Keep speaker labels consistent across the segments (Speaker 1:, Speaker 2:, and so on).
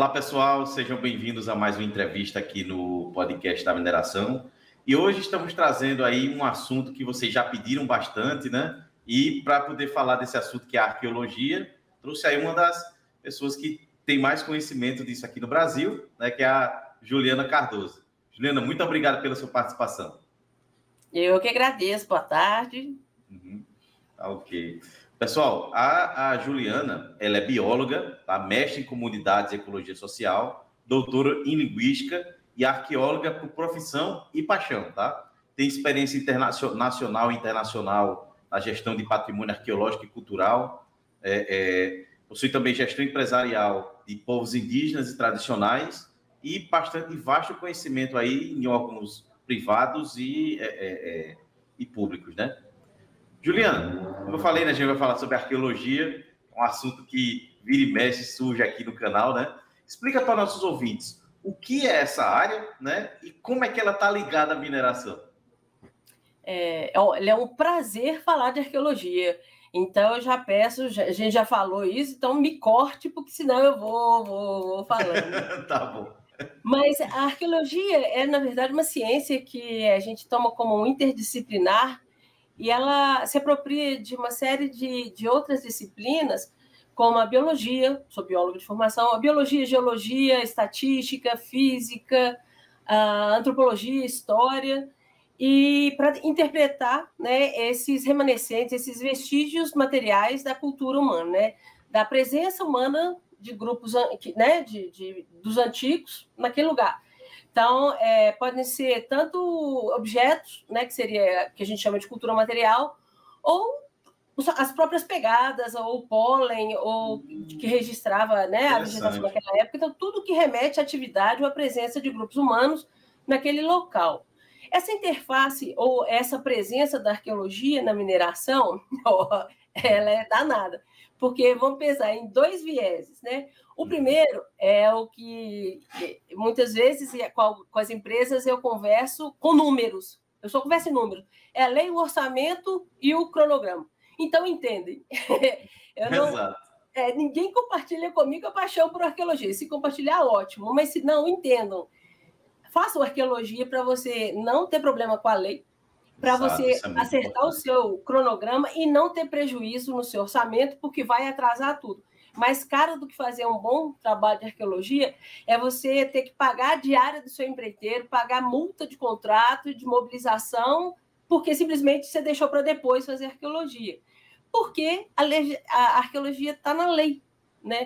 Speaker 1: Olá, pessoal, sejam bem-vindos a mais uma entrevista aqui no podcast da mineração. E hoje estamos trazendo aí um assunto que vocês já pediram bastante, né? E para poder falar desse assunto que é a arqueologia, trouxe aí uma das pessoas que tem mais conhecimento disso aqui no Brasil, né? Que é a Juliana Cardoso. Juliana, muito obrigado pela sua participação.
Speaker 2: Eu que agradeço, boa tarde.
Speaker 1: Ok. Pessoal, a Juliana, ela é bióloga, tá? Mestre em comunidades e ecologia social, doutora em linguística e arqueóloga por profissão e paixão, tá? Tem experiência nacional e internacional na gestão de patrimônio arqueológico e cultural, possui também gestão empresarial de povos indígenas e tradicionais e bastante vasto conhecimento aí em órgãos privados e públicos, né? Juliana, como eu falei, né, a gente vai falar sobre arqueologia, um assunto que vira e mexe surge aqui no canal, né? Explica para nossos ouvintes o que é essa área, né? E como é que ela está ligada à mineração.
Speaker 2: É um prazer falar de arqueologia. Então, eu já peço, a gente já falou isso, então me corte, porque senão eu vou falando.
Speaker 1: Tá bom.
Speaker 2: Mas a arqueologia é, na verdade, uma ciência que a gente toma como interdisciplinar e ela se apropria de uma série de outras disciplinas, como a biologia, sou bióloga de formação, a biologia, geologia, estatística, física, a antropologia, história, e para interpretar, né, esses remanescentes, esses vestígios materiais da cultura humana, né, da presença humana de grupos, né, dos antigos naquele lugar. Então, podem ser tanto objetos, né, que a gente chama de cultura material, ou as próprias pegadas, ou o pólen, ou que registrava, né, a vegetação naquela época. Então, tudo que remete à atividade ou à presença de grupos humanos naquele local. Essa interface ou essa presença da arqueologia na mineração, ela é danada, porque vamos pensar em dois vieses, né? O primeiro é o que muitas vezes com as empresas eu converso com números. Eu só converso em números. É a lei, o orçamento e o cronograma. Então, entendem. Ninguém compartilha comigo a paixão por arqueologia. Se compartilhar, ótimo. Mas se não, entendam. Façam arqueologia para você não ter problema com a lei, para você acertar o seu cronograma e não ter prejuízo no seu orçamento, porque vai atrasar tudo. Mais caro do que fazer um bom trabalho de arqueologia é você ter que pagar a diária do seu empreiteiro, pagar multa de contrato, de mobilização, porque simplesmente você deixou para depois fazer arqueologia. Porque a arqueologia está na lei, né?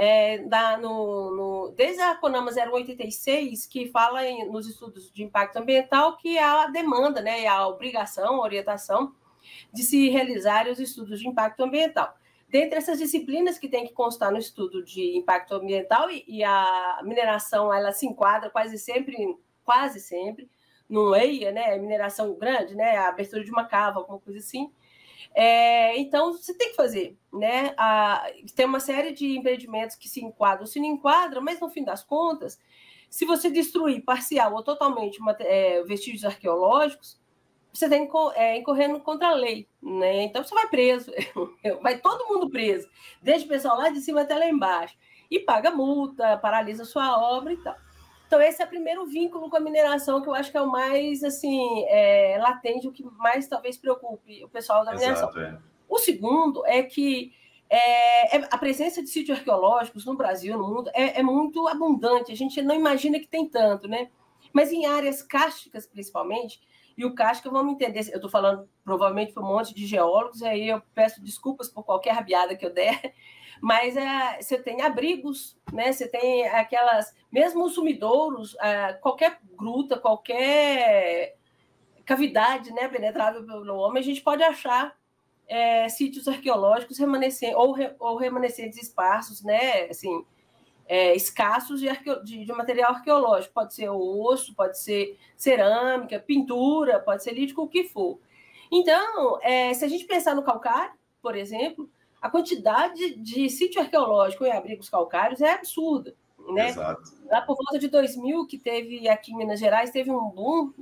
Speaker 2: Desde a CONAMA 086, que fala nos estudos de impacto ambiental que há a demanda, né, a obrigação, a orientação de se realizar os estudos de impacto ambiental. Dentre essas disciplinas que tem que constar no estudo de impacto ambiental, e a mineração ela se enquadra quase sempre no EIA, né, mineração grande, né, a abertura de uma cava, alguma coisa assim. Então, você tem que fazer, né? Tem uma série de empreendimentos que se enquadram, se não enquadram, mas no fim das contas, se você destruir parcial ou totalmente vestígios arqueológicos, você está incorrendo contra a lei, né? Então, você vai preso, vai todo mundo preso, desde o pessoal lá de cima até lá embaixo, e paga multa, paralisa sua obra e tal. Então, esse é o primeiro vínculo com a mineração, que eu acho que é o mais, assim, latente, o que mais talvez preocupe o pessoal da mineração.
Speaker 1: Exato,
Speaker 2: O segundo é que a presença de sítios arqueológicos no Brasil, no mundo, é muito abundante. A gente não imagina que tem tanto, né? Mas em áreas cársticas, principalmente, e o cárstico, vamos entender, eu estou falando provavelmente para um monte de geólogos, aí eu peço desculpas por qualquer rabiada que eu der, mas você tem abrigos, né? Você tem aquelas, mesmo os sumidouros, qualquer gruta, qualquer cavidade, né, penetrável pelo homem, a gente pode achar sítios arqueológicos remanescentes ou remanescentes esparsos, né, assim, escassos de material arqueológico. Pode ser osso, pode ser cerâmica, pintura, pode ser lítico, o que for. Então, se a gente pensar no calcário, por exemplo, a quantidade de sítio arqueológico em abrigos calcários é absurda, né?
Speaker 1: Exato.
Speaker 2: Lá por volta de 2000, que teve aqui em Minas Gerais, teve um boom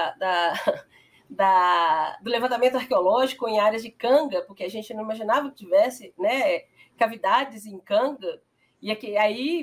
Speaker 2: do levantamento arqueológico em áreas de canga, porque a gente não imaginava que tivesse, né, cavidades em canga, e aí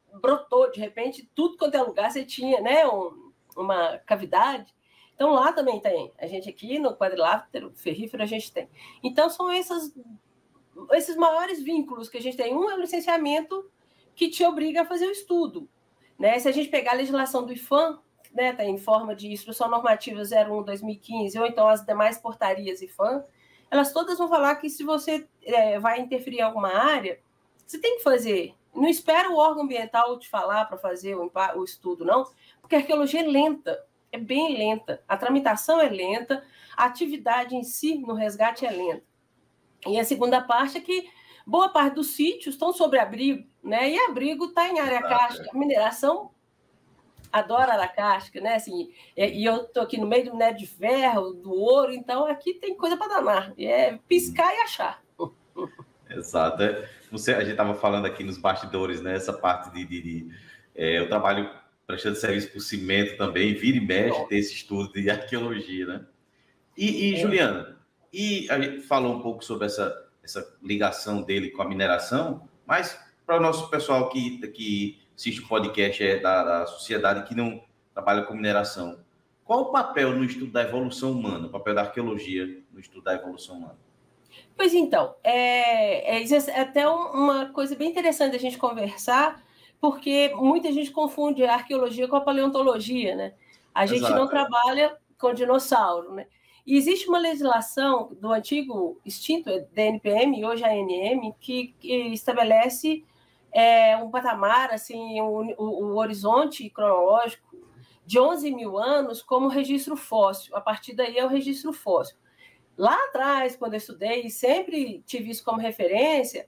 Speaker 2: brotou, de repente, tudo quanto é lugar você tinha, né, uma cavidade. Então, lá também tem. A gente aqui no quadrilátero ferrífero a gente tem. Então, são esses maiores vínculos que a gente tem. Um é o licenciamento que te obriga a fazer o estudo. Né? Se a gente pegar a legislação do IFAM, né, tá em forma de Instrução Normativa 01/2015, ou então as demais portarias IFAM, elas todas vão falar que se você vai interferir em alguma área, você tem que fazer. Não espera o órgão ambiental te falar para fazer o estudo, não, porque a arqueologia é lenta, é bem lenta. A tramitação é lenta, a atividade em si, no resgate, é lenta. E a segunda parte é que boa parte dos sítios estão sobre abrigo, né? E abrigo está em área cárstica. A mineração adora área cárstica, né? Assim, e eu estou aqui no meio do minério de ferro, do ouro, então aqui tem coisa para danar. É piscar e achar.
Speaker 1: Exato. A gente estava falando aqui nos bastidores, né? Essa parte eu trabalho prestando serviço para o cimento também, vira e mexe, tem esse estudo de arqueologia, né? Juliana, a gente falou um pouco sobre essa ligação dele com a mineração, mas para o nosso pessoal que assiste o podcast da sociedade que não trabalha com mineração, qual o papel no estudo da evolução humana, o papel da arqueologia no estudo da evolução humana?
Speaker 2: Pois então, é até uma coisa bem interessante a gente conversar, porque muita gente confunde a arqueologia com a paleontologia, né? A gente não trabalha com dinossauro, né? E existe uma legislação do antigo extinto DNPM, hoje a ANM, que estabelece um patamar, assim, o horizonte cronológico de 11 mil anos como registro fóssil. A partir daí é o registro fóssil. Lá atrás, quando eu estudei, e sempre tive isso como referência,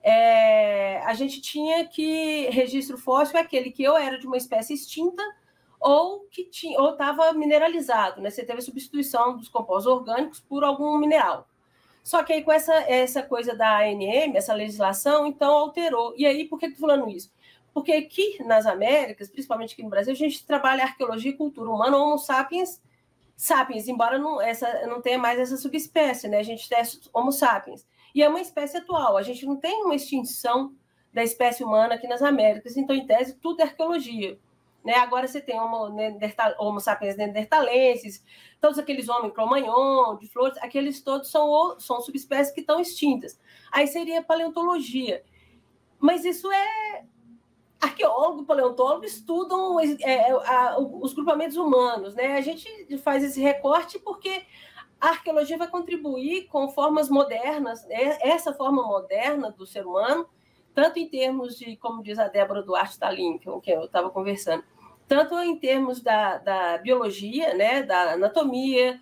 Speaker 2: a gente tinha que registro fóssil é aquele que ou era de uma espécie extinta ou estava mineralizado, né? Você teve a substituição dos compostos orgânicos por algum mineral. Só que aí com essa coisa da ANM, essa legislação, então alterou. E aí, por que eu estou falando isso? Porque aqui nas Américas, principalmente aqui no Brasil, a gente trabalha arqueologia e cultura humana, Homo sapiens, embora não tenha mais essa subespécie, né? A gente tem Homo sapiens. E é uma espécie atual, a gente não tem uma extinção da espécie humana aqui nas Américas, então, em tese, tudo é arqueologia. Né? Agora você tem Homo sapiens neanderthalensis, todos aqueles homens Cro-Magnon, de flores, aqueles todos são subespécies que estão extintas. Aí seria paleontologia. Mas isso arqueólogo, paleontólogo estudam os grupamentos humanos, né? A gente faz esse recorte porque a arqueologia vai contribuir com formas modernas, né? Essa forma moderna do ser humano, tanto em termos de, como diz a Débora Duarte Talin, com quem eu estava conversando, tanto em termos da biologia, né? Da anatomia,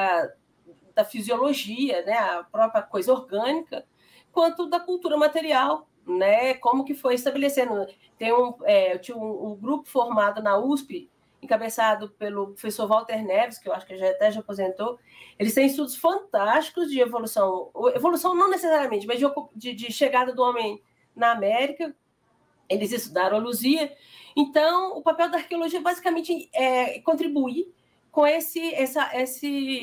Speaker 2: da fisiologia, né? A própria coisa orgânica, quanto da cultura material, né? Como que foi estabelecendo. Tinha um grupo formado na USP, encabeçado pelo professor Walter Neves, que eu acho que até já aposentou. Eles têm estudos fantásticos de evolução não necessariamente, mas de chegada do homem na América. Eles estudaram a Luzia. Então, o papel da arqueologia basicamente é contribuir com esses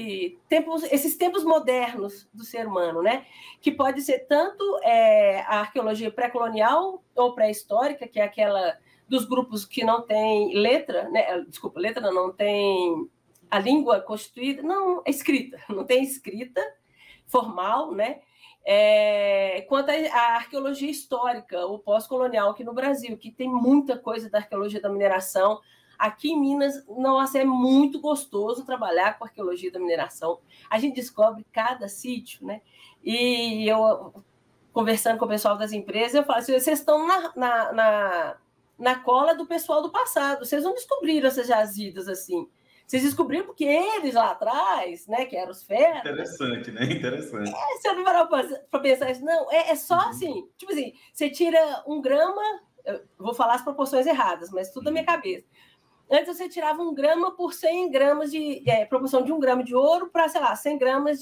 Speaker 2: tempos modernos do ser humano, né? Que pode ser tanto a arqueologia pré-colonial ou pré-histórica, que é aquela dos grupos que não tem letra, né? Desculpa, letra não tem a língua constituída, não, escrita, não tem escrita formal, né? Quanto à arqueologia histórica, ou pós-colonial aqui no Brasil, que tem muita coisa da arqueologia da mineração. Aqui em Minas, nossa, é muito gostoso trabalhar com arqueologia da mineração. A gente descobre cada sítio, né? E eu, conversando com o pessoal das empresas, eu falo assim, vocês estão na cola do pessoal do passado, vocês não descobriram essas jazidas assim. Vocês descobriram porque eles lá atrás, né, que eram os feras...
Speaker 1: Interessante, né? Interessante.
Speaker 2: Você não parou para pensar isso? Não, é só assim, tipo assim, você tira 1 grama, eu vou falar as proporções erradas, mas tudo da minha cabeça. Antes você tirava 1 grama por 100 gramas proporção de 1 grama de ouro para, sei lá, 100 gramas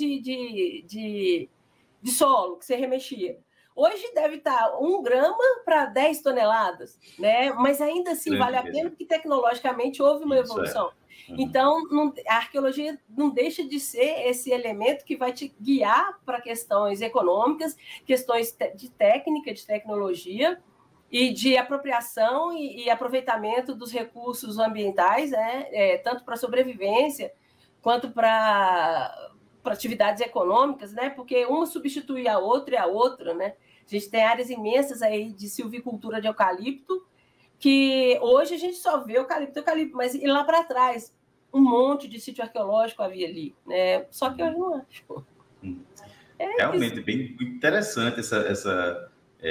Speaker 2: de solo que você remexia. Hoje deve estar 1 grama para 10 toneladas, né? Mas ainda assim vale a pena porque tecnologicamente houve uma evolução. Então, a arqueologia não deixa de ser esse elemento que vai te guiar para questões econômicas, questões de técnica, de tecnologia, e de apropriação e aproveitamento dos recursos ambientais, né? Tanto para sobrevivência quanto para atividades econômicas, né? Porque uma substitui a outra e a outra, né? A gente tem áreas imensas aí de silvicultura de eucalipto, que hoje a gente só vê eucalipto, mas e lá para trás, um monte de sítio arqueológico havia ali, né? Só que hoje não acho.
Speaker 1: Realmente, bem interessante essa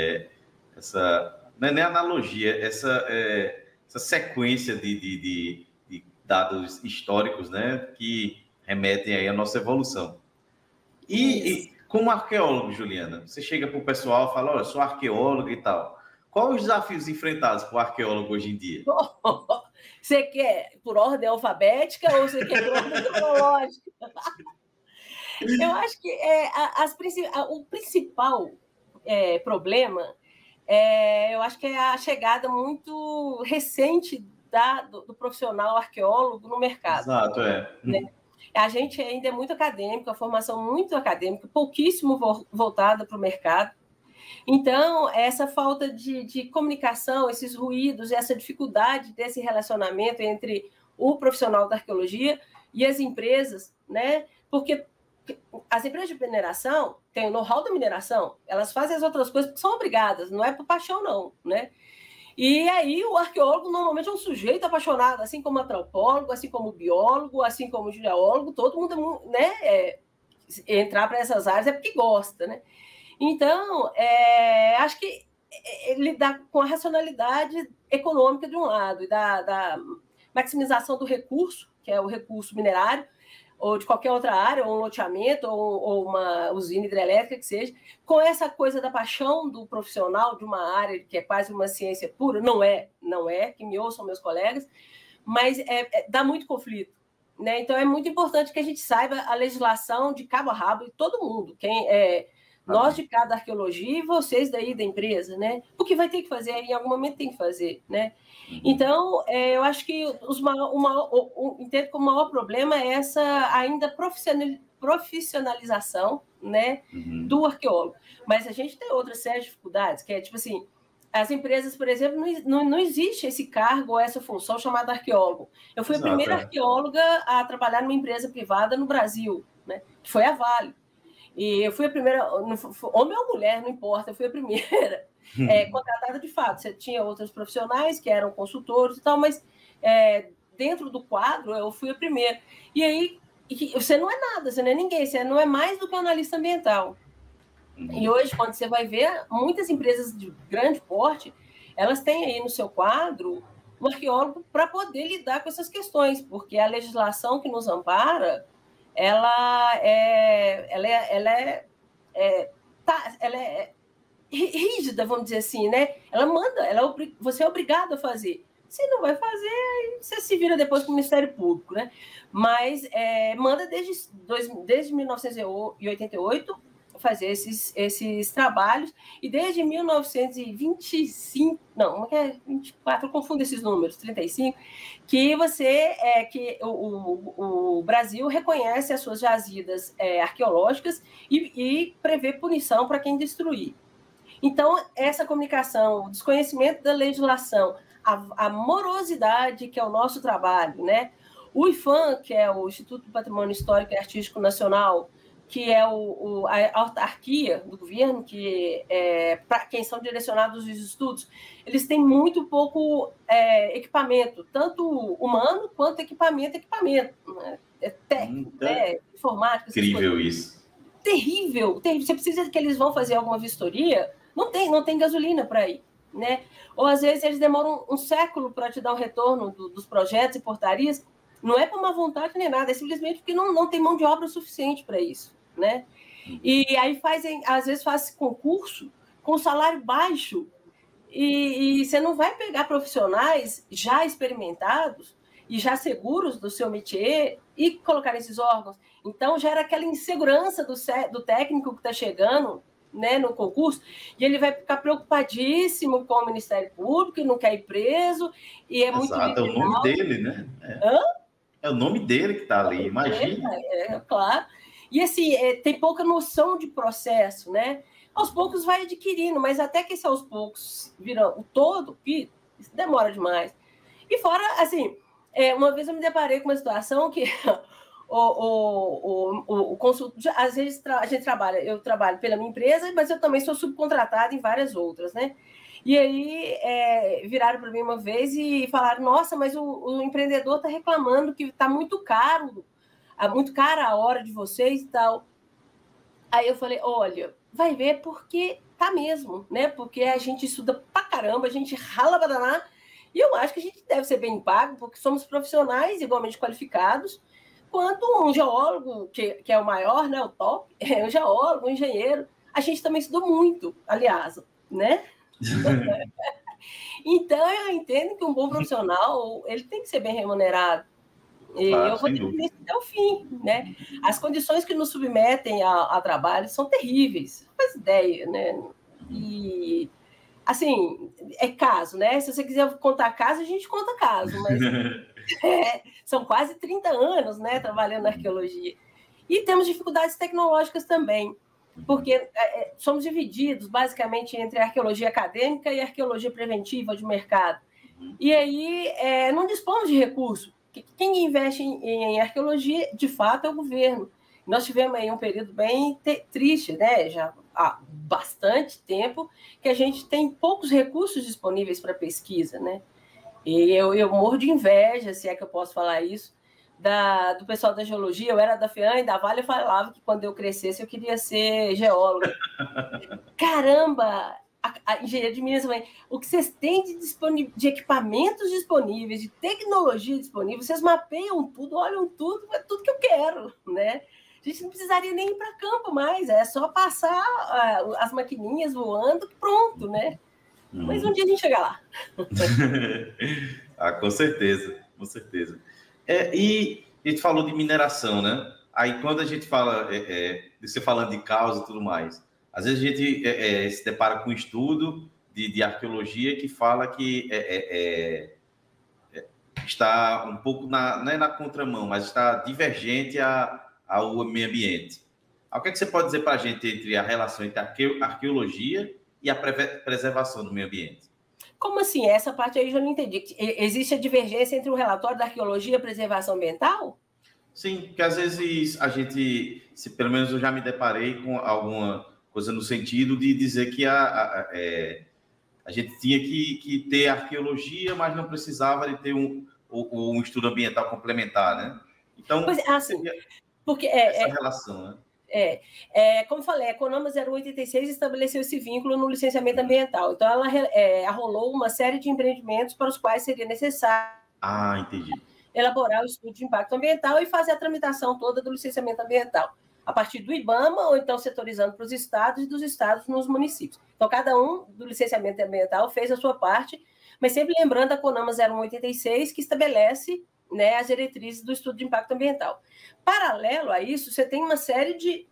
Speaker 1: não é nem analogia, essa sequência de dados históricos, né, que remetem aí à nossa evolução. E como arqueólogo, Juliana, você chega para o pessoal e fala, olha, sou arqueólogo e tal. Quais os desafios enfrentados por arqueólogo hoje em dia?
Speaker 2: Você quer por ordem alfabética ou você quer por ordem cronológica? Eu acho que o principal problema eu acho que é a chegada muito recente do profissional arqueólogo no mercado.
Speaker 1: Exato,
Speaker 2: né? A gente ainda é muito acadêmico, a formação muito acadêmica, pouquíssimo voltada para o mercado. Então, essa falta de comunicação, esses ruídos, essa dificuldade desse relacionamento entre o profissional da arqueologia e as empresas, né? Porque as empresas de mineração têm o know-how da mineração, elas fazem as outras coisas porque são obrigadas, não é por paixão, não, né? E aí o arqueólogo normalmente é um sujeito apaixonado, assim como o antropólogo, assim como o biólogo, assim como o geólogo, todo mundo, né? Entrar para essas áreas é porque gosta, né? Então, acho que lidar com a racionalidade econômica de um lado e da maximização do recurso, que é o recurso minerário, ou de qualquer outra área, ou um loteamento, ou uma usina hidrelétrica, que seja, com essa coisa da paixão do profissional de uma área que é quase uma ciência pura, não é, que me ouçam meus colegas, mas dá muito conflito. Né? Então, é muito importante que a gente saiba a legislação de cabo a rabo de todo mundo, nós de cada arqueologia e vocês daí da empresa, né? O que vai ter que fazer, em algum momento tem que fazer, né? Então, eu acho que entendo que o maior problema é essa ainda profissionalização, né, do arqueólogo. Mas a gente tem outras sérias dificuldades, que é tipo assim, as empresas, por exemplo, não existe esse cargo ou essa função chamada arqueólogo. Eu fui a primeira arqueóloga a trabalhar numa empresa privada no Brasil, né, que foi a Vale. E eu fui a primeira, homem ou mulher, não importa, eu fui a primeira contratada de fato. Você tinha outros profissionais que eram consultores e tal, mas dentro do quadro eu fui a primeira. E aí, você não é nada, você não é ninguém, você não é mais do que analista ambiental. E hoje, quando você vai ver, muitas empresas de grande porte, elas têm aí no seu quadro um arqueólogo para poder lidar com essas questões, porque a legislação que nos ampara ela é rígida, vamos dizer assim, né? Ela manda, você é obrigado a fazer. Se não vai fazer, você se vira depois com o Ministério Público, né? Mas manda desde 1988 fazer esses trabalhos, e desde 1925, não, 24, eu confundo esses números, 35, que o Brasil reconhece as suas jazidas arqueológicas e prevê punição para quem destruir. Então, essa comunicação, o desconhecimento da legislação, a morosidade que é o nosso trabalho, né? O IPHAN, que é o Instituto do Patrimônio Histórico e Artístico Nacional, que é a autarquia do governo, que para quem são direcionados os estudos, eles têm muito pouco equipamento, tanto humano quanto equipamento, né? Técnico, informática.
Speaker 1: Incrível isso.
Speaker 2: Terrível. Você precisa que eles vão fazer alguma vistoria, não tem gasolina para ir. Né? Ou às vezes eles demoram um século para te dar um retorno dos projetos e portarias, não é por uma vontade nem nada, é simplesmente porque não tem mão de obra suficiente para isso. Né? E aí às vezes faz concurso com salário baixo e você não vai pegar profissionais já experimentados e já seguros do seu métier e colocar nesses órgãos. Então gera aquela insegurança do técnico que está chegando, né, no concurso, e ele vai ficar preocupadíssimo com o Ministério Público e não quer ir preso, e é muito
Speaker 1: liberal. É o nome dele, né? É o nome dele que está ali, imagina.
Speaker 2: Claro. E assim, tem pouca noção de processo, né? aos poucos vai adquirindo, mas até que esse aos poucos vira o todo, isso demora demais. E fora, assim, uma vez eu me deparei com uma situação que o consultor, às vezes eu trabalho pela minha empresa, mas eu também sou subcontratada em várias outras, né? E aí viraram para mim uma vez e falaram, nossa, mas o empreendedor está reclamando que está muito caro, muito cara a hora de vocês e tal. Aí eu falei, olha, vai ver porque tá mesmo, né? Porque a gente estuda pra caramba, a gente rala pra danar, e eu acho que a gente deve ser bem pago, porque somos profissionais igualmente qualificados, quanto um geólogo, que é o maior, né? O top, um geólogo, um engenheiro. A gente também estudou muito, aliás, né? Então, eu entendo que um bom profissional, ele tem que ser bem remunerado. E claro, eu vou defender isso até o fim, né? As condições que nos submetem a trabalho são terríveis, não faz ideia, né? E, assim, é caso, né? Se você quiser contar caso, a gente conta caso, mas são quase 30 anos, né, trabalhando na arqueologia. E temos dificuldades tecnológicas também, porque somos divididos, basicamente, entre a arqueologia acadêmica e a arqueologia preventiva de mercado. E aí, não dispomos de recursos. Quem investe em arqueologia, de fato, é o governo. Nós tivemos aí um período bem triste, né? Já há bastante tempo que a gente tem poucos recursos disponíveis para pesquisa, né? E eu morro de inveja, se é que eu posso falar isso, do pessoal da geologia. Eu era da FEAM e da Vale, eu falava que quando eu crescesse eu queria ser geóloga. Caramba! A engenharia de Minas também, o que vocês têm de equipamentos disponíveis, de tecnologia disponível, vocês mapeiam tudo, olham tudo, é tudo que eu quero, né? A gente não precisaria nem ir para campo mais, é só passar as maquininhas voando, pronto, né? Mas um dia a gente chega lá.
Speaker 1: Com certeza, com certeza. E a gente falou de mineração, né? Aí quando a gente fala, você falando de causa e tudo mais, às vezes a gente se depara com um estudo de arqueologia que fala que está um pouco, não é na contramão, mas está divergente ao meio ambiente. O que é que você pode dizer para a gente entre a relação entre a arqueologia e a preservação do meio ambiente?
Speaker 2: Como assim? Essa parte aí eu já não entendi. Existe a divergência entre o relatório da arqueologia e a preservação ambiental?
Speaker 1: Sim, porque às vezes a gente, pelo menos eu já me deparei com alguma coisa no sentido de dizer que a gente tinha que ter arqueologia, mas não precisava de ter um estudo ambiental complementar, né? Então,
Speaker 2: pois assim, porque
Speaker 1: essa relação, né?
Speaker 2: Como falei, a Conama 086 estabeleceu esse vínculo no licenciamento ambiental. Então, ela arrolou uma série de empreendimentos para os quais seria necessário
Speaker 1: entendi.
Speaker 2: elaborar o estudo de impacto ambiental e fazer a tramitação toda do licenciamento ambiental, a partir do IBAMA, ou então setorizando para os estados e dos estados nos municípios. Então, cada um do licenciamento ambiental fez a sua parte, mas sempre lembrando a Conama 0186, que estabelece, né, as diretrizes do estudo de impacto ambiental. Paralelo a isso, você tem uma série de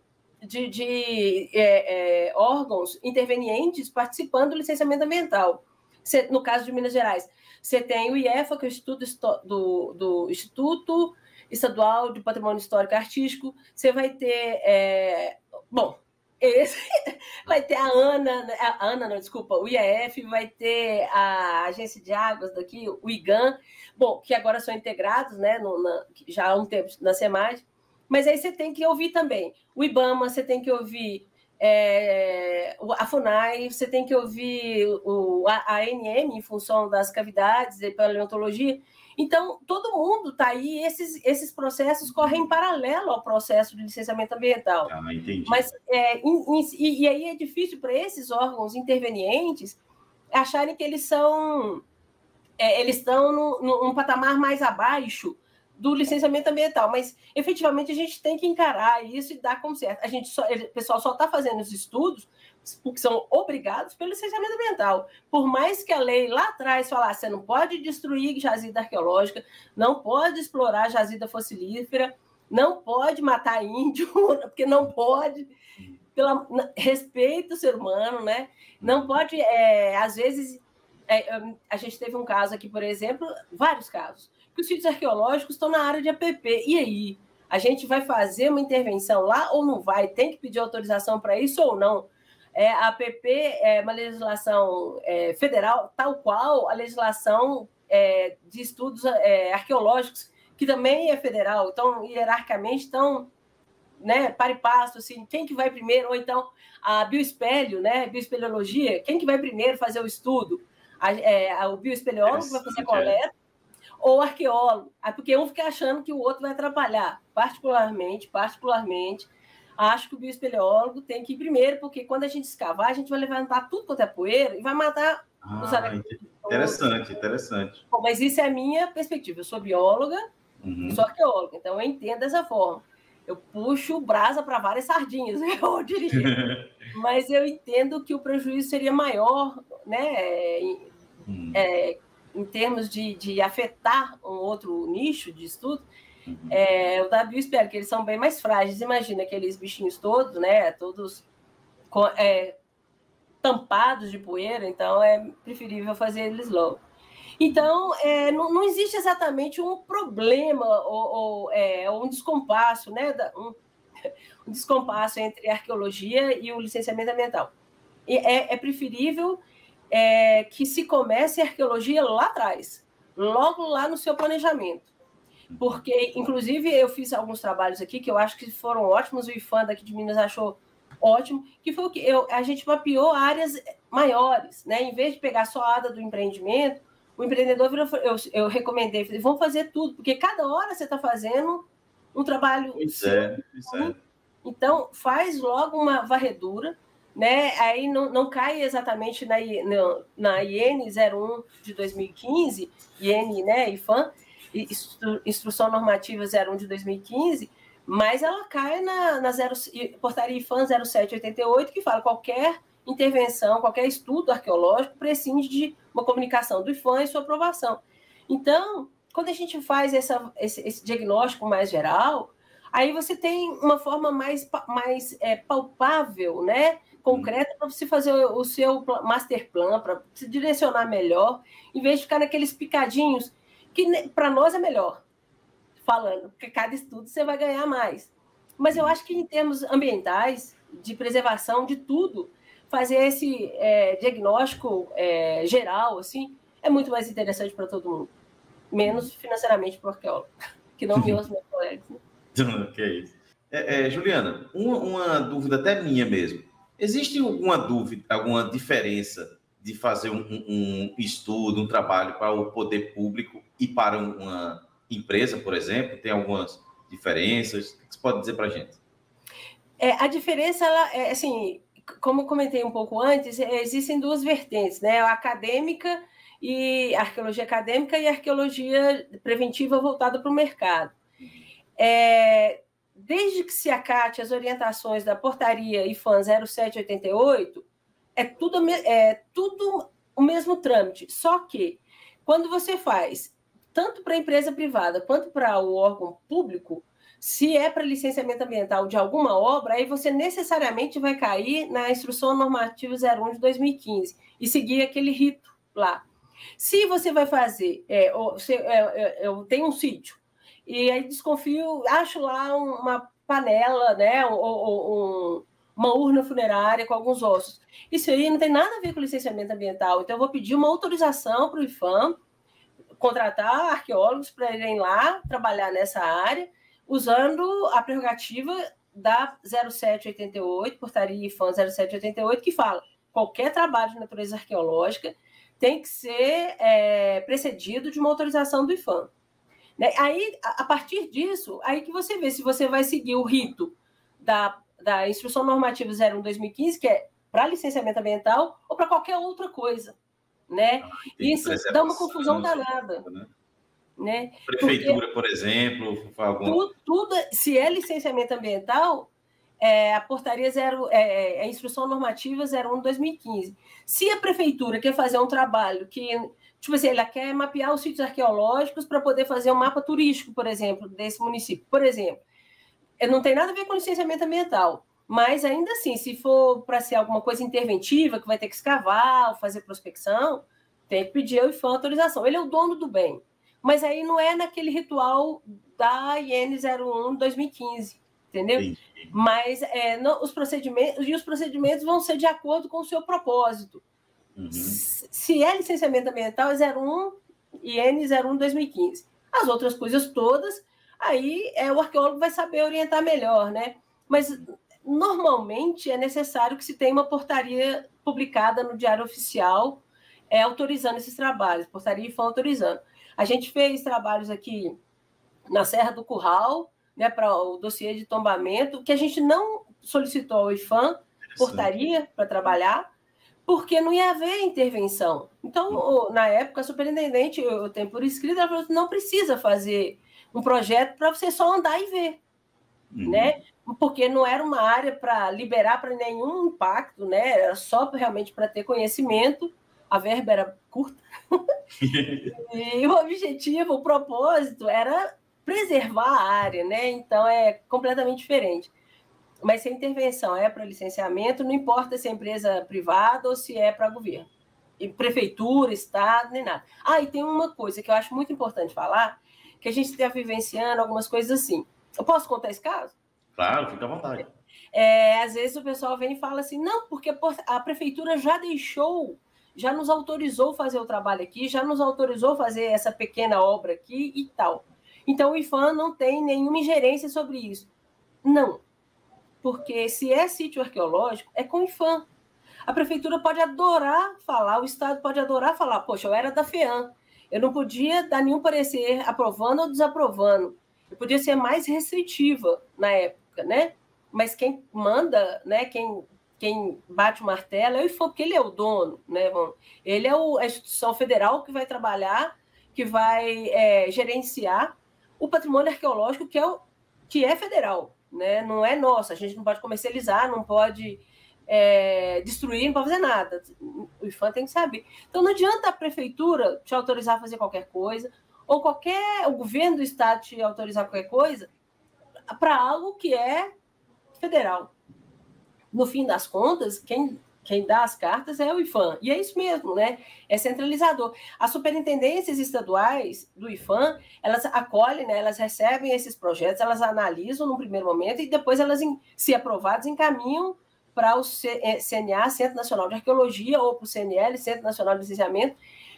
Speaker 2: órgãos intervenientes participando do licenciamento ambiental. No caso de Minas Gerais, você tem o IEFA, que é o Instituto do Instituto Estadual de Patrimônio Histórico e Artístico. Você vai ter... vai ter o IAF, vai ter a Agência de Águas daqui, o IGAM, que agora são integrados, né, já há um tempo na SEMAD, mas aí você tem que ouvir também o IBAMA, você tem que ouvir a FUNAI, você tem que ouvir a ANM, em função das cavidades e paleontologia. Então, todo mundo está aí, esses processos correm em paralelo ao processo de licenciamento ambiental.
Speaker 1: Entendi.
Speaker 2: Mas, e aí é difícil para esses órgãos intervenientes acharem que eles estão num patamar mais abaixo do licenciamento ambiental, mas efetivamente a gente tem que encarar isso e dar como certo. O pessoal só está fazendo os estudos porque são obrigados pelo licenciamento ambiental. Por mais que a lei lá atrás falasse, você não pode destruir jazida arqueológica, não pode explorar jazida fossilífera, não pode matar índio, porque não pode, respeito o ser humano, né? Não pode, às vezes, a gente teve um caso aqui, por exemplo, vários casos, que os sítios arqueológicos estão na área de APP. E aí? A gente vai fazer uma intervenção lá ou não vai? Tem que pedir autorização para isso ou não? A APP é uma legislação federal, tal qual a legislação de estudos arqueológicos, que também é federal. Então, hierarquicamente, estão, né, par e passo, assim, quem que vai primeiro, ou então a bioespelho, né, bioespeleologia, quem que vai primeiro fazer o estudo? O bioespeleólogo vai fazer coleta, ou o arqueólogo, porque um fica achando que o outro vai atrapalhar. Particularmente, acho que o bioespeleólogo tem que ir primeiro, porque quando a gente escavar, a gente vai levantar tudo quanto é poeira e vai matar os
Speaker 1: Interessante.
Speaker 2: Bom, mas isso é a minha perspectiva. Eu sou bióloga, sou arqueóloga, então eu entendo dessa forma. Eu puxo brasa para várias sardinhas, eu diria. Mas eu entendo que o prejuízo seria maior, né, em termos de afetar um outro nicho de estudo. O da bioespécie, que eles são bem mais frágeis. Imagina aqueles bichinhos todos, né, todos tampados de poeira, então é preferível fazer eles logo. Então, não existe exatamente um problema ou um descompasso, né, um descompasso entre a arqueologia e o licenciamento ambiental. E é preferível que se comece a arqueologia lá atrás, logo lá no seu planejamento. Porque, inclusive, eu fiz alguns trabalhos aqui que eu acho que foram ótimos, o IFAM daqui de Minas achou ótimo, que foi o que a gente mapeou áreas maiores, né? Em vez de pegar só a área do empreendimento, o empreendedor virou, eu recomendei, falei, vamos fazer tudo, porque cada hora você está fazendo um trabalho.
Speaker 1: Isso é.
Speaker 2: Então, faz logo uma varredura, né? Aí não cai exatamente na IN 01 de 2015, IN, né, IFAM, Instrução Normativa 01 de 2015, mas ela cai na Portaria IFAM 0788, que fala qualquer intervenção, qualquer estudo arqueológico prescinde de uma comunicação do IFAM e sua aprovação. Então, quando a gente faz esse diagnóstico mais geral, aí você tem uma forma mais palpável, né, concreta, para você fazer o seu master plan, para se direcionar melhor, em vez de ficar naqueles picadinhos, que para nós é melhor, falando, porque cada estudo você vai ganhar mais. Mas eu acho que em termos ambientais, de preservação, de tudo, fazer esse diagnóstico geral, assim, é muito mais interessante para todo mundo. Menos financeiramente para o arqueólogo, que não me ouço meus colegas. Né?
Speaker 1: Que é isso. Juliana, uma dúvida até minha mesmo. Existe alguma diferença de fazer um estudo, um trabalho para o poder público e para uma empresa, por exemplo? Tem algumas diferenças? O que você pode dizer para a gente?
Speaker 2: A diferença, assim, como eu comentei um pouco antes, existem duas vertentes, né? A acadêmica e a arqueologia acadêmica e a arqueologia preventiva voltada para o mercado. Desde que se acate as orientações da portaria IFAM 0788, é tudo o mesmo trâmite, só que quando você faz, tanto para a empresa privada quanto para o órgão público, se é para licenciamento ambiental de alguma obra, aí você necessariamente vai cair na Instrução Normativa 01 de 2015 e seguir aquele rito lá. Se você vai fazer, eu tenho um sítio, e aí desconfio, acho lá uma panela, né, uma urna funerária com alguns ossos. Isso aí não tem nada a ver com licenciamento ambiental. Então, eu vou pedir uma autorização para o IFAM, contratar arqueólogos para irem lá trabalhar nessa área, usando a prerrogativa da 0788, Portaria IFAM 0788, que fala qualquer trabalho de natureza arqueológica tem que ser precedido de uma autorização do IFAM. Né? Aí, a partir disso, aí que você vê se você vai seguir o rito da Instrução Normativa 01/2015, que é para licenciamento ambiental, ou para qualquer outra coisa. Né? Isso dá uma confusão danada. Né?
Speaker 1: Prefeitura, por exemplo.
Speaker 2: Tudo, se é licenciamento ambiental, a portaria a Instrução Normativa 01/2015. Se a prefeitura quer fazer um trabalho que, tipo assim, ela quer mapear os sítios arqueológicos para poder fazer um mapa turístico, por exemplo, desse município, por exemplo, não tem nada a ver com licenciamento ambiental, mas ainda assim, se for para ser alguma coisa interventiva, que vai ter que escavar ou fazer prospecção, tem que pedir ao IFAM autorização. Ele é o dono do bem, mas aí não é naquele ritual da IN 01/2015. entendeu?
Speaker 1: Sim.
Speaker 2: Mas os procedimentos vão ser de acordo com o seu propósito.
Speaker 1: Uhum.
Speaker 2: Se é licenciamento ambiental, é 01 e N01 2015. As outras coisas todas, aí o arqueólogo vai saber orientar melhor, né? Mas normalmente é necessário que se tenha uma portaria publicada no Diário Oficial autorizando esses trabalhos, portaria IFAM autorizando. A gente fez trabalhos aqui na Serra do Curral, né, para o dossiê de tombamento, que a gente não solicitou ao IFAM portaria para trabalhar, porque não ia haver intervenção. Então, na época, a superintendente, eu tenho por escrito, ela falou que não precisa fazer um projeto para você só andar e ver, né? Porque não era uma área para liberar para nenhum impacto, né? Era só realmente para ter conhecimento, a verba era curta. E o objetivo, o propósito era preservar a área, né? Então, é completamente diferente. Mas se a intervenção é para licenciamento, não importa se é empresa privada ou se é para governo. E prefeitura, estado, nem nada. E tem uma coisa que eu acho muito importante falar, que a gente está vivenciando algumas coisas assim. Eu posso contar esse caso?
Speaker 1: Claro, fica à vontade.
Speaker 2: Às vezes o pessoal vem e fala assim, não, porque a prefeitura já nos autorizou fazer o trabalho aqui, já nos autorizou fazer essa pequena obra aqui e tal. Então o IFAM não tem nenhuma ingerência sobre isso. Não. Porque se é sítio arqueológico, é com o IFAM. A prefeitura pode adorar falar, o Estado pode adorar falar, poxa, eu era da FEAM, eu não podia dar nenhum parecer aprovando ou desaprovando. Eu podia ser mais restritiva na época, né? Mas quem manda, né? Quem bate o martelo é o IFAM, porque ele é o dono, né? Ele é a instituição federal que vai trabalhar, que vai gerenciar o patrimônio arqueológico que é federal, né? Não é nosso, a gente não pode comercializar, não pode destruir, não pode fazer nada. O IFAM tem que saber. Então não adianta a prefeitura te autorizar a fazer qualquer coisa, ou o governo do estado te autorizar qualquer coisa para algo que é federal. No fim das contas, quem dá as cartas é o IFAM. E é isso mesmo, né? É centralizador. As superintendências estaduais do IFAM, elas acolhem, né? Elas recebem esses projetos, elas analisam no primeiro momento e depois elas, se aprovadas, encaminham para o CNA, Centro Nacional de Arqueologia, ou para o CNL, Centro Nacional de Licenciamento,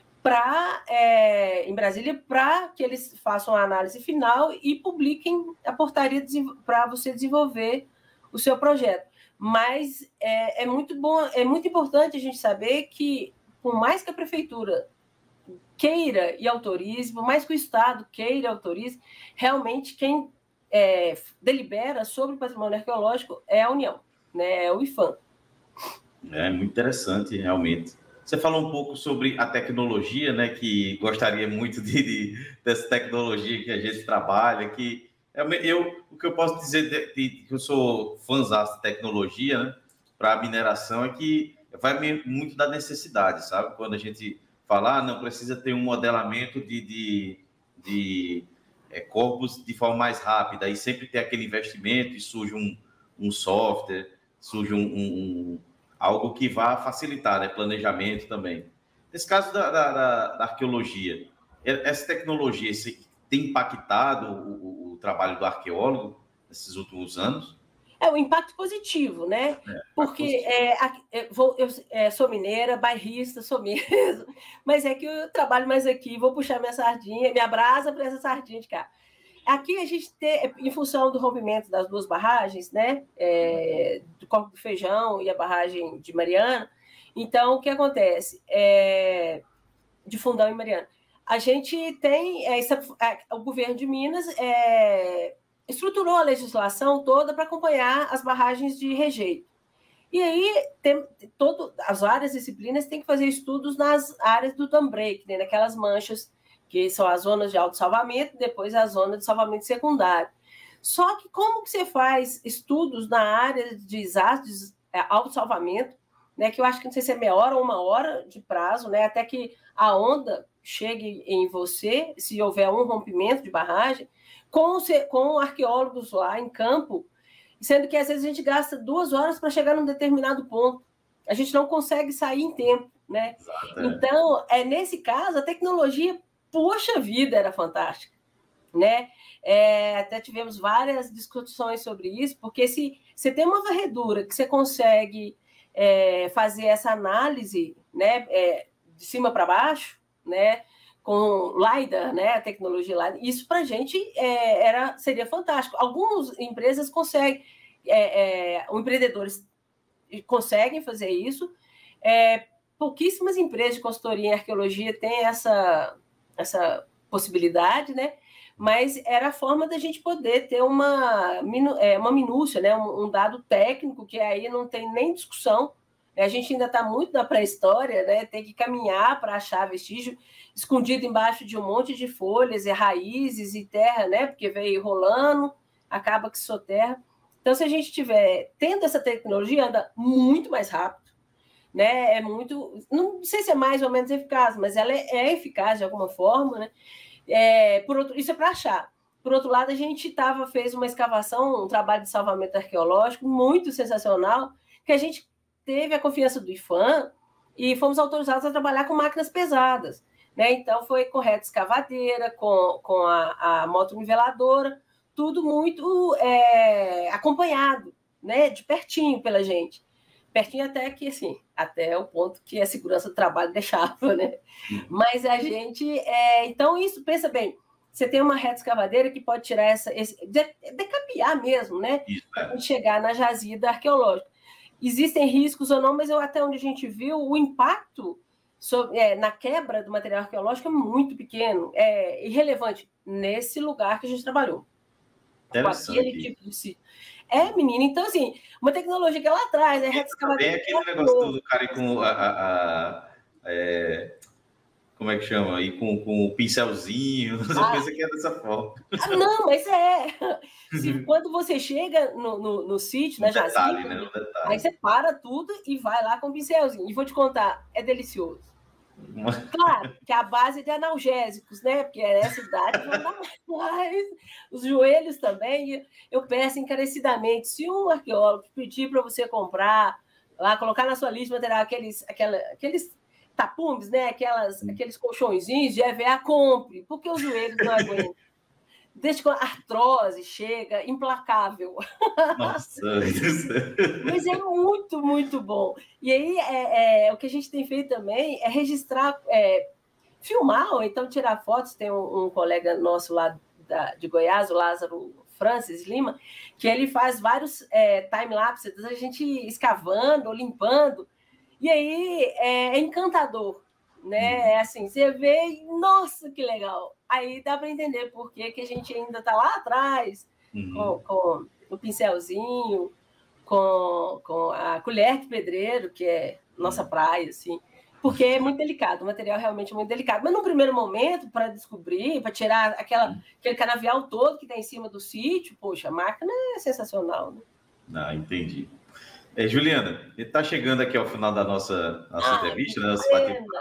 Speaker 2: em Brasília, para que eles façam a análise final e publiquem a portaria para você desenvolver o seu projeto. Mas é muito bom, é muito importante a gente saber que, por mais que a prefeitura queira e autorize, por mais que o Estado queira e autorize, realmente quem delibera sobre o patrimônio arqueológico é a União, né? É o IFAM.
Speaker 1: É muito interessante, realmente. Você falou um pouco sobre a tecnologia, né? Que gostaria muito dessa tecnologia que a gente trabalha, que o que eu posso dizer que eu sou fãzão de tecnologia, né, para a mineração, é que vai muito da necessidade, sabe? Quando a gente fala, não precisa ter um modelamento de corpos de forma mais rápida, e sempre tem aquele investimento e surge um software, surge algo que vá facilitar, né, planejamento também. Nesse caso da arqueologia, essa tecnologia tem impactado o trabalho do arqueólogo nesses últimos anos?
Speaker 2: O impacto positivo, né? Porque eu sou mineira, bairrista, sou mesmo, mas é que eu trabalho mais aqui, vou puxar minha sardinha, minha brasa para essa sardinha de cá. Aqui a gente tem, em função do rompimento das duas barragens, né? Do Corpo do Feijão e a barragem de Mariana, então o que acontece? De Fundão e Mariana. A gente tem o governo de Minas estruturou a legislação toda para acompanhar as barragens de rejeito. E aí, as várias disciplinas têm que fazer estudos nas áreas do dam break, né, naquelas manchas que são as zonas de autossalvamento, depois a zona de salvamento secundário. Só que como que você faz estudos na área de desastres, autossalvamento, né, que eu acho que não sei se é meia hora ou uma hora de prazo, né, até que a chegue em você, se houver um rompimento de barragem, com arqueólogos lá em campo, sendo que às vezes a gente gasta 2 horas para chegar num determinado ponto. A gente não consegue sair em tempo, né? Exato, então, nesse caso, a tecnologia, poxa vida, era fantástica. né? Até tivemos várias discussões sobre isso, porque se você tem uma varredura que você consegue fazer essa análise, né, de cima para baixo, né, com LiDAR, né, a tecnologia LiDAR, isso para a gente seria fantástico. Algumas empresas conseguem, empreendedores conseguem fazer isso, pouquíssimas empresas de consultoria em arqueologia têm essa possibilidade, né? Mas era a forma da gente poder ter uma minúcia, né? Um dado técnico que aí não tem nem discussão. A gente ainda está muito na pré-história, né? Tem que caminhar para achar vestígio escondido embaixo de um monte de folhas e raízes e terra, né? Porque veio rolando, acaba que soterra. Então, se a gente estiver tendo essa tecnologia, anda muito mais rápido, né? Não sei se é mais ou menos eficaz, mas ela é eficaz de alguma forma, né? Isso é para achar. Por outro lado, a gente fez uma escavação, um trabalho de salvamento arqueológico muito sensacional, que a gente teve a confiança do IPHAN e fomos autorizados a trabalhar com máquinas pesadas, né? Então, foi com reta escavadeira, com a moto-niveladora, tudo muito acompanhado, né? De pertinho pela gente. Pertinho até que, assim, até o ponto que a segurança do trabalho deixava, né? Mas a gente... então, isso, pensa bem, você tem uma reta escavadeira que pode tirar decapiar mesmo, né? Para chegar na jazida arqueológica. Existem riscos ou não, mas até onde a gente viu, o impacto na quebra do material arqueológico é muito pequeno, é irrelevante nesse lugar que a gente trabalhou. Com aquele tipo de sítio. Menina, então, assim, uma tecnologia que lá atrás, reta escavadeira...
Speaker 1: Tem aquele negócio do cara com como é que chama? E com o pincelzinho, eu pensei que é dessa forma.
Speaker 2: Não, mas quando você chega no sítio, na jazida,
Speaker 1: né?
Speaker 2: Aí você para tudo e vai lá com o pincelzinho. E vou te contar, é delicioso. Claro, que a base de analgésicos, né? Porque nessa idade vai dar mais. Os joelhos também. Eu peço encarecidamente, se um arqueólogo pedir para você comprar, lá, colocar na sua lista de material aqueles tapumes, né? Aqueles colchõezinhos de EVA, compre, porque os joelhos não aguentam. Desde que a artrose chega, implacável.
Speaker 1: Nossa,
Speaker 2: mas é muito, muito bom. E aí, o que a gente tem feito também é registrar, filmar, ou então tirar fotos. Tem um colega nosso lá de Goiás, o Lázaro Francis Lima, que ele faz vários time-lapses, a gente escavando ou limpando. E aí, é encantador. Né? Assim, você vê e, nossa, que legal. Aí dá para entender por que a gente ainda está lá atrás, com o pincelzinho, com a colher de pedreiro, que é nossa praia, assim, porque é muito delicado, o material realmente é muito delicado. Mas no primeiro momento, para descobrir, para tirar aquele canavial todo que está em cima do sítio, poxa, a máquina é sensacional. Né?
Speaker 1: Entendi. Juliana, ele está chegando aqui ao final da nossa entrevista, né? Nosso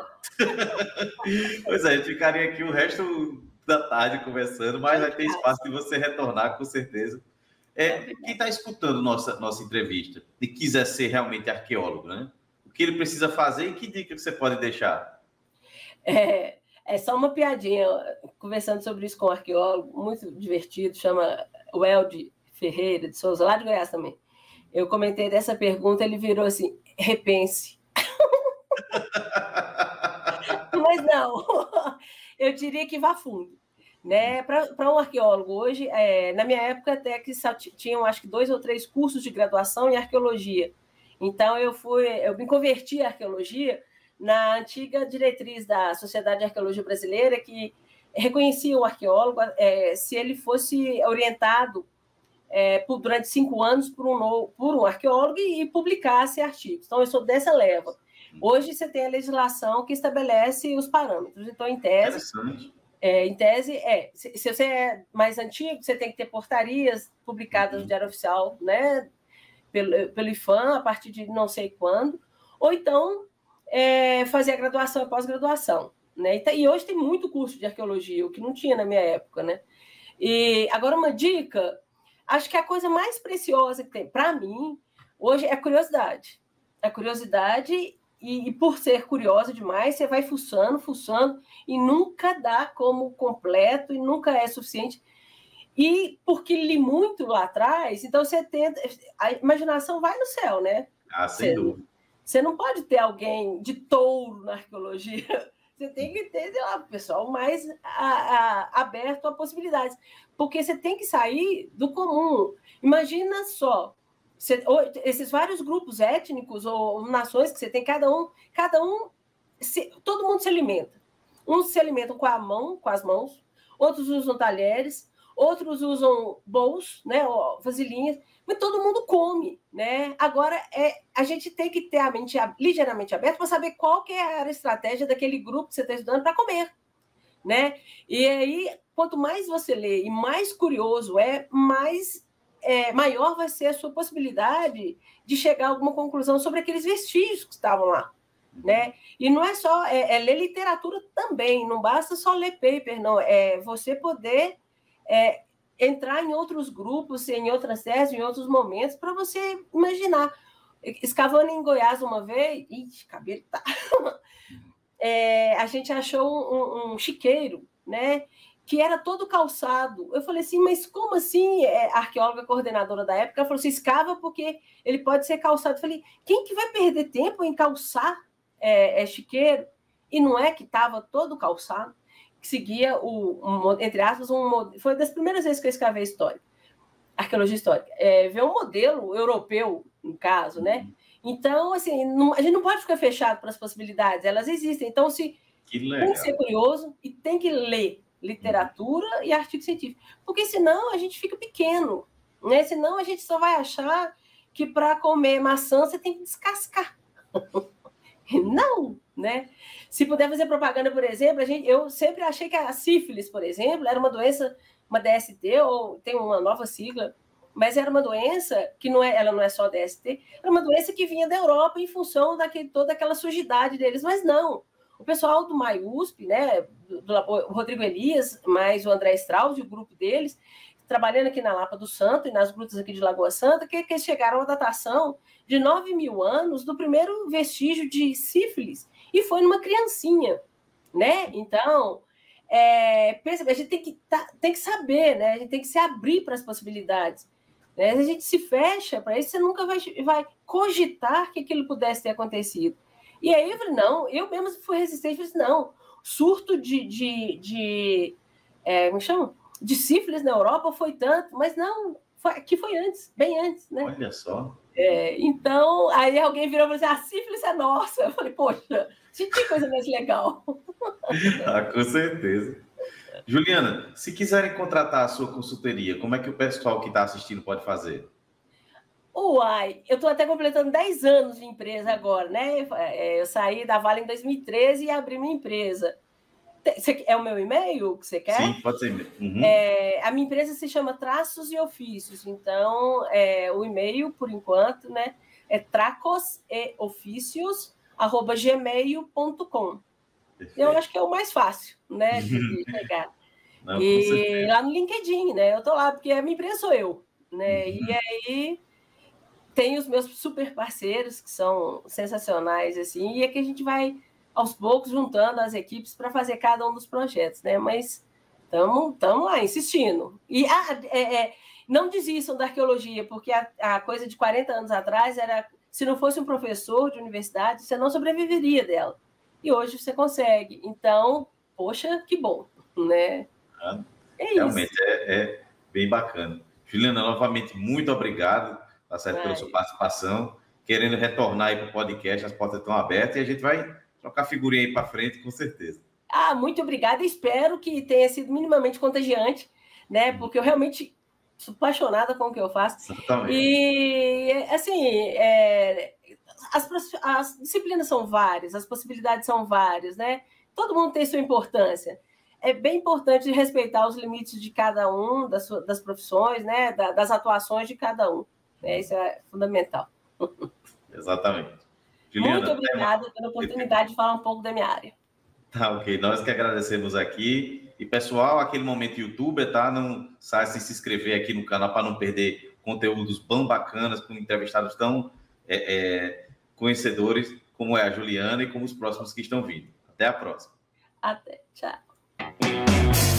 Speaker 1: Pois é, a gente ficaria aqui o resto da tarde conversando, mas vai ter espaço de você retornar, com certeza. Quem está escutando nossa entrevista e quiser ser realmente arqueólogo, né? O que ele precisa fazer e que dica que você pode deixar?
Speaker 2: É só uma piadinha, conversando sobre isso com um arqueólogo muito divertido, chama Welde Ferreira de Souza, lá de Goiás também. Eu comentei dessa pergunta, ele virou assim, repense. Mas não, eu diria que vá fundo. Né? Para um arqueólogo hoje, na minha época até que tinham acho que 2 ou 3 cursos de graduação em arqueologia. Então eu me converti à arqueologia na antiga diretriz da Sociedade de Arqueologia Brasileira, que reconhecia o arqueólogo se ele fosse orientado durante 5 anos por um arqueólogo e publicasse artigos. Então, eu sou dessa leva. Hoje, você tem a legislação que estabelece os parâmetros. Então, em tese, se você é mais antigo, você tem que ter portarias publicadas no Diário Oficial, né, pelo IPHAN, a partir de não sei quando, ou então fazer a graduação e pós-graduação. Né? E hoje tem muito curso de arqueologia, o que não tinha na minha época. Né? E agora, uma dica... Acho que a coisa mais preciosa que tem para mim hoje é a curiosidade. A curiosidade e por ser curiosa demais, você vai fuçando, e nunca dá como completo, e nunca é suficiente. E porque li muito lá atrás, então você tenta... A imaginação vai no céu, né?
Speaker 1: Sem dúvida.
Speaker 2: Você não pode ter alguém de touro na arqueologia. Você tem que ter, sei lá, o pessoal mais aberto a possibilidades. Porque você tem que sair do comum. Imagina só, esses vários grupos étnicos ou nações que você tem, todo mundo se alimenta. Uns se alimentam com as mãos, outros usam talheres, outros usam bowls, né, vasilhinhas, mas todo mundo come, né? Agora, a gente tem que ter a mente ligeiramente aberta para saber qual que é a estratégia daquele grupo que você está estudando para comer, né? E aí, quanto mais você lê e mais curioso maior vai ser a sua possibilidade de chegar a alguma conclusão sobre aqueles vestígios que estavam lá, né? E não é só ler literatura também, não basta só ler paper, não. É você poder entrar em outros grupos, em outras teses, em outros momentos, para você imaginar. Escavando em Goiás uma vez, cabelo tá. A gente achou um chiqueiro, né? Que era todo calçado. Eu falei assim, mas como assim? A arqueóloga coordenadora da época falou assim, escava porque ele pode ser calçado. Eu falei, quem que vai perder tempo em calçar chiqueiro? E não é que estava todo calçado, que seguia entre aspas, foi das primeiras vezes que eu escavei arqueologia histórica, ver um modelo europeu, no caso, né? Então, assim, a gente não pode ficar fechado para as possibilidades, elas existem. Então, tem que ser curioso e tem que ler literatura e artigo científico, porque senão a gente fica pequeno, né? Senão a gente só vai achar que para comer maçã você tem que descascar. Não, né? Se puder fazer propaganda, por exemplo, eu sempre achei que a sífilis, por exemplo, era uma doença, uma DST, ou tem uma nova sigla, mas era uma doença que ela não é só DST, era uma doença que vinha da Europa em função toda aquela sujidade deles, mas não. O pessoal do MAIUSP, né, o Rodrigo Elias, mais o André Strauss e o grupo deles, trabalhando aqui na Lapa do Santo e nas grutas aqui de Lagoa Santa, que eles chegaram à datação de 9.000 anos do primeiro vestígio de sífilis, e foi numa criancinha, né? Então, a gente tem que saber, né? A gente tem que se abrir para as possibilidades. Né? Se a gente se fecha para isso, você nunca vai cogitar que aquilo pudesse ter acontecido. E aí eu falei, não, eu mesmo fui resistente, falei assim, não, surto como chama? De sífilis na Europa foi tanto, mas não, aqui foi antes, bem antes, né?
Speaker 1: Olha só.
Speaker 2: Então, aí alguém virou e falou assim, a sífilis é nossa. Eu falei, poxa, que coisa mais legal.
Speaker 1: Com certeza. Juliana, se quiserem contratar a sua consultoria, como é que o pessoal que está assistindo pode fazer?
Speaker 2: Uai, eu estou até completando 10 anos de empresa agora, né? Eu saí da Vale em 2013 e abri minha empresa. É o meu e-mail que você quer?
Speaker 1: Sim, pode ser. Uhum.
Speaker 2: A minha empresa se chama Traços e Ofícios, então o e-mail, por enquanto, né, é tracoseofícios@gmail.com. Eu acho que é o mais fácil, né, de pegar. E lá no LinkedIn, né, eu estou lá, porque a minha empresa sou eu, né, e aí tem os meus super parceiros, que são sensacionais, assim, e é que a gente vai aos poucos juntando as equipes para fazer cada um dos projetos, né? Mas estamos lá, insistindo. E não desistam da arqueologia, porque a coisa de 40 anos atrás era, se não fosse um professor de universidade, você não sobreviveria dela. E hoje você consegue. Então, poxa, que bom, né?
Speaker 1: Realmente é bem bacana. Juliana, novamente, muito obrigado, tá certo, pela sua participação. Querendo retornar aí para o podcast, as portas estão abertas e a gente vai trocar figurinha aí para frente, com certeza.
Speaker 2: Muito obrigada. Espero que tenha sido minimamente contagiante, né? Porque eu realmente sou apaixonada com o que eu faço.
Speaker 1: Exatamente.
Speaker 2: E, assim, as disciplinas são várias, as possibilidades são várias, né? Todo mundo tem sua importância. É bem importante respeitar os limites de cada um, das profissões, né? Das atuações de cada um. Isso é fundamental.
Speaker 1: Exatamente. Juliana,
Speaker 2: muito obrigada pela oportunidade de falar um pouco da minha área.
Speaker 1: Tá, ok. Nós que agradecemos aqui. E, pessoal, aquele momento youtuber, tá? Não sai sem se inscrever aqui no canal para não perder conteúdos bem bacanas com entrevistados tão conhecedores como é a Juliana e como os próximos que estão vindo. Até a próxima.
Speaker 2: Até. Tchau.